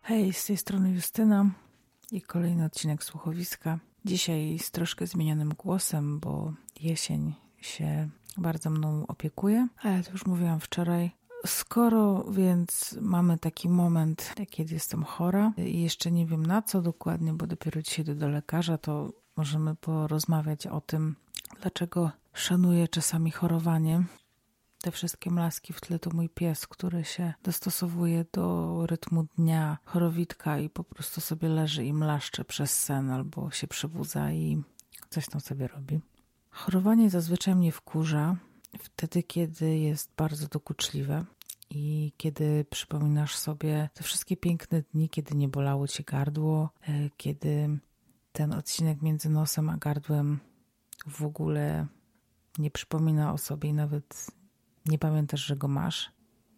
Hej, z tej strony Justyna i kolejny odcinek Słuchowiska. Dzisiaj z troszkę zmienionym głosem, bo jesień się bardzo mną opiekuje, ale to już mówiłam wczoraj. Skoro więc mamy taki moment, kiedy jestem chora i jeszcze nie wiem na co dokładnie, bo dopiero dzisiaj idę do lekarza, to możemy porozmawiać o tym, dlaczego szanuję czasami chorowanie. Te wszystkie mlaski w tle to mój pies, który się dostosowuje do rytmu dnia chorowitka i po prostu sobie leży i mlaszcze przez sen albo się przebudza i coś tam sobie robi. Chorowanie zazwyczaj mnie wkurza wtedy, kiedy jest bardzo dokuczliwe i kiedy przypominasz sobie te wszystkie piękne dni, kiedy nie bolało cię gardło, kiedy ten odcinek między nosem a gardłem w ogóle nie przypomina o sobie i nawet nie pamiętasz, że go masz.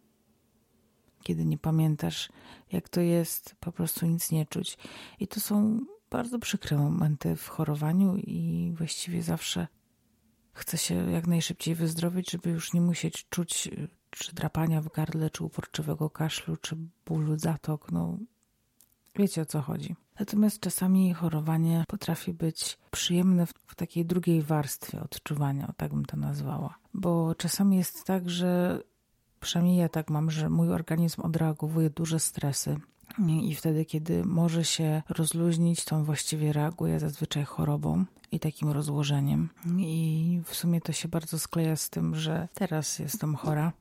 Kiedy nie pamiętasz, jak to jest po prostu nic nie czuć. I to są bardzo przykre momenty w chorowaniu i właściwie zawsze chce się jak najszybciej wyzdrowieć, żeby już nie musieć czuć czy drapania w gardle, czy uporczywego kaszlu, czy bólu zatok. No, wiecie o co chodzi. Natomiast czasami chorowanie potrafi być przyjemne w takiej drugiej warstwie odczuwania, o tak bym to nazwała. Bo czasami jest tak, że przynajmniej ja tak mam, że mój organizm odreagowuje duże stresy i wtedy, kiedy może się rozluźnić, to on właściwie reaguje zazwyczaj chorobą i takim rozłożeniem. I w sumie to się bardzo skleja z tym, że teraz jestem chora,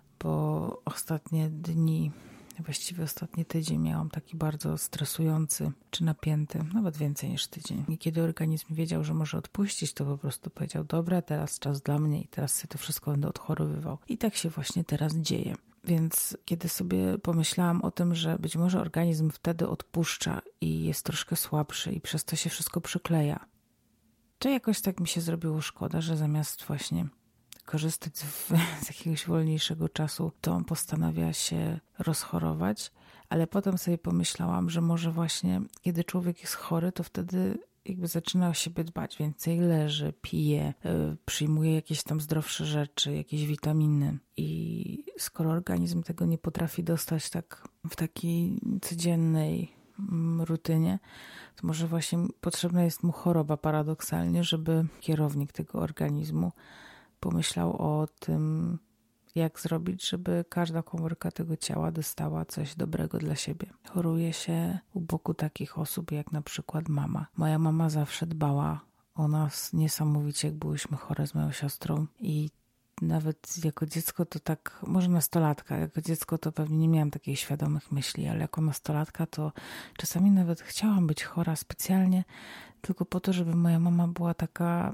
bo ostatnie dni, właściwie ostatni tydzień miałam taki bardzo stresujący czy napięty, nawet więcej niż tydzień. I kiedy organizm wiedział, że może odpuścić, to po prostu powiedział, dobra, teraz czas dla mnie i teraz sobie to wszystko będę odchorowywał. I tak się właśnie teraz dzieje. Więc kiedy sobie pomyślałam o tym, że być może organizm wtedy odpuszcza i jest troszkę słabszy i przez to się wszystko przykleja, to jakoś tak mi się zrobiło szkoda, że zamiast właśnie korzystać z jakiegoś wolniejszego czasu, to on postanawia się rozchorować, ale potem sobie pomyślałam, że może właśnie kiedy człowiek jest chory, to wtedy jakby zaczyna o siebie dbać, więcej leży, pije, przyjmuje jakieś tam zdrowsze rzeczy, jakieś witaminy i skoro organizm tego nie potrafi dostać tak w takiej codziennej rutynie, to może właśnie potrzebna jest mu choroba paradoksalnie, żeby kierownik tego organizmu pomyślał o tym, jak zrobić, żeby każda komórka tego ciała dostała coś dobrego dla siebie. Choruje się u boku takich osób jak na przykład mama. Moja mama zawsze dbała o nas niesamowicie, jak byłyśmy chore z moją siostrą i nawet jako dziecko to tak, może nastolatka, jako dziecko to pewnie nie miałam takich świadomych myśli, ale jako nastolatka to czasami nawet chciałam być chora specjalnie tylko po to, żeby moja mama była taka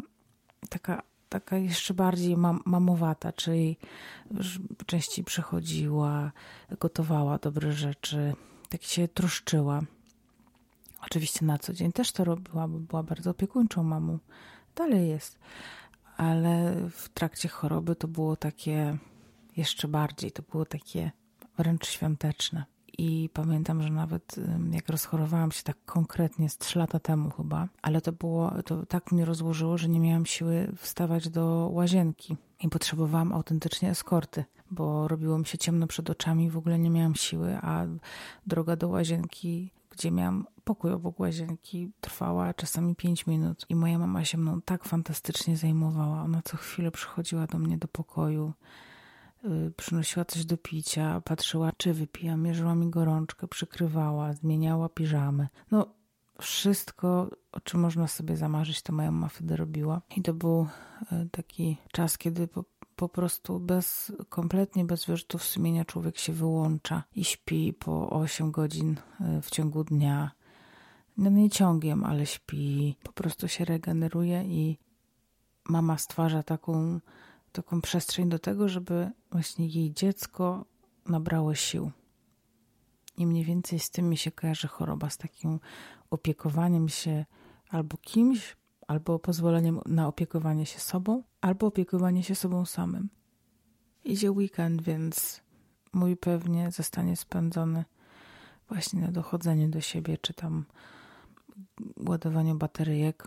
jeszcze bardziej mamowata, czyli częściej przychodziła, gotowała dobre rzeczy, tak się troszczyła. Oczywiście na co dzień też to robiła, bo była bardzo opiekuńczą mamą. Dalej jest. Ale w trakcie choroby to było takie jeszcze bardziej, to było takie wręcz świąteczne. I pamiętam, że nawet jak rozchorowałam się tak konkretnie z 3 lata temu chyba, ale to tak mnie rozłożyło, że nie miałam siły wstawać do łazienki i potrzebowałam autentycznie eskorty, bo robiło mi się ciemno przed oczami i w ogóle nie miałam siły, a droga do łazienki, gdzie miałam pokój obok łazienki, trwała czasami 5 minut i moja mama się mną tak fantastycznie zajmowała. Ona co chwilę przychodziła do mnie do pokoju, przynosiła coś do picia, patrzyła, czy wypijam, mierzyła mi gorączkę, przykrywała, zmieniała piżamy. No, wszystko, o czym można sobie zamarzyć, to moja mama wtedy robiła. I to był taki czas, kiedy po prostu kompletnie bez wyrzutów sumienia człowiek się wyłącza i śpi po 8 godzin w ciągu dnia. No nie ciągiem, ale śpi, po prostu się regeneruje i mama stwarza taką przestrzeń do tego, żeby właśnie jej dziecko nabrało sił. I mniej więcej z tym mi się kojarzy choroba, z takim opiekowaniem się albo kimś, albo pozwoleniem na opiekowanie się sobą, albo opiekowanie się sobą samym. Idzie weekend, więc mój pewnie zostanie spędzony właśnie na dochodzeniu do siebie, czy tam ładowaniu bateryjek,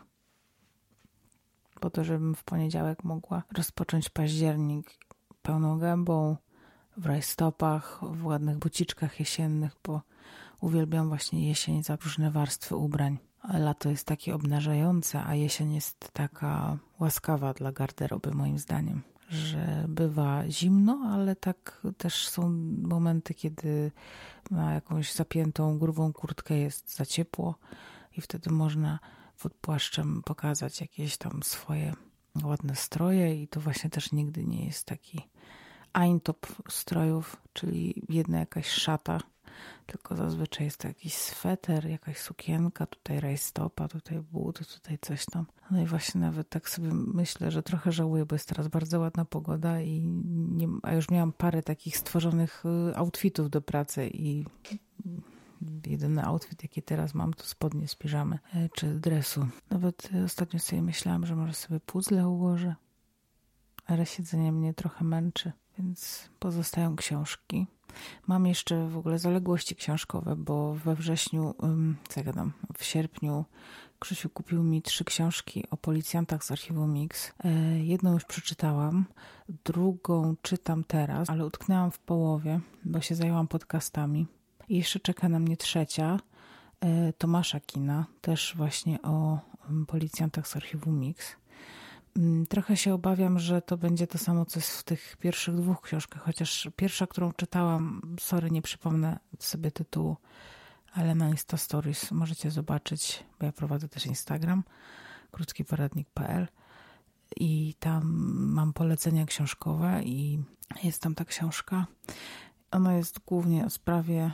po to, żebym w poniedziałek mogła rozpocząć październik pełną gębą, w rajstopach, w ładnych buciczkach jesiennych, bo uwielbiam właśnie jesień za różne warstwy ubrań. Lato jest takie obnażające, a jesień jest taka łaskawa dla garderoby moim zdaniem. Że bywa zimno, ale tak też są momenty, kiedy na jakąś zapiętą grubą kurtkę jest za ciepło i wtedy można pod płaszczem pokazać jakieś tam swoje ładne stroje i to właśnie też nigdy nie jest taki eintop strojów, czyli jedna jakaś szata, tylko zazwyczaj jest to jakiś sweter, jakaś sukienka, tutaj rajstopa, tutaj buty, tutaj coś tam. No i właśnie nawet tak sobie myślę, że trochę żałuję, bo jest teraz bardzo ładna pogoda a już miałam parę takich stworzonych outfitów do pracy i jedyny outfit, jaki teraz mam, to spodnie z piżamy czy dresu. Nawet ostatnio sobie myślałam, że może sobie puzzle ułożę, ale siedzenie mnie trochę męczy, więc pozostają książki. Mam jeszcze w ogóle zaległości książkowe, bo we wrześniu, w sierpniu Krzysiu kupił mi 3 książki o policjantach z archiwum Mix. Jedną już przeczytałam, drugą czytam teraz, ale utknęłam w połowie, bo się zajęłam podcastami. I jeszcze czeka na mnie 3, Tomasza Kina, też właśnie o policjantach z archiwum Mix. Trochę się obawiam, że to będzie to samo, co jest w tych pierwszych 2 książkach, chociaż pierwsza, którą czytałam, nie przypomnę sobie tytułu, ale na Insta Stories możecie zobaczyć, bo ja prowadzę też Instagram, krótkiporadnik.pl i tam mam polecenia książkowe i jest tam ta książka. Ona jest głównie o sprawie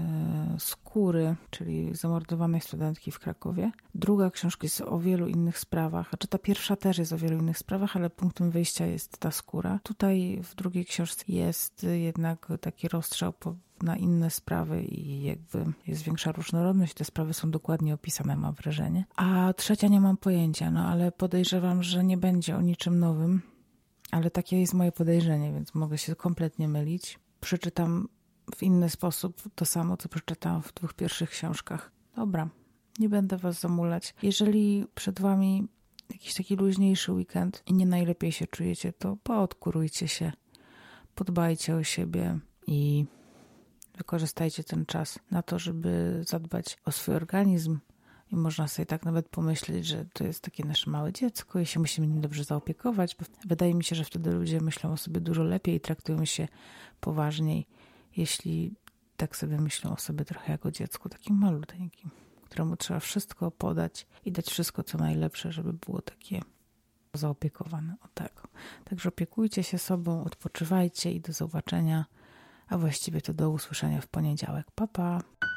Skóry, czyli zamordowanej studentki w Krakowie. Druga książka jest o wielu innych sprawach, ta pierwsza też jest o wielu innych sprawach, ale punktem wyjścia jest ta Skóra. Tutaj w drugiej książce jest jednak taki rozstrzał na inne sprawy i jakby jest większa różnorodność. Te sprawy są dokładnie opisane, mam wrażenie. A 3 nie mam pojęcia, ale podejrzewam, że nie będzie o niczym nowym, ale takie jest moje podejrzenie, więc mogę się kompletnie mylić. Przeczytam w inny sposób to samo, co przeczytałam w 2 pierwszych książkach. Dobra, nie będę was zamulać. Jeżeli przed wami jakiś taki luźniejszy weekend i nie najlepiej się czujecie, to poodkurujcie się, podbajcie o siebie i wykorzystajcie ten czas na to, żeby zadbać o swój organizm. I można sobie tak nawet pomyśleć, że to jest takie nasze małe dziecko i się musimy nim dobrze zaopiekować, bo wydaje mi się, że wtedy ludzie myślą o sobie dużo lepiej i traktują się poważniej, jeśli tak sobie myślą o sobie trochę jako dziecku, takim malutkim, któremu trzeba wszystko podać i dać wszystko, co najlepsze, żeby było takie zaopiekowane. O tak. Także opiekujcie się sobą, odpoczywajcie i do zobaczenia, a właściwie to do usłyszenia w poniedziałek. Pa, pa!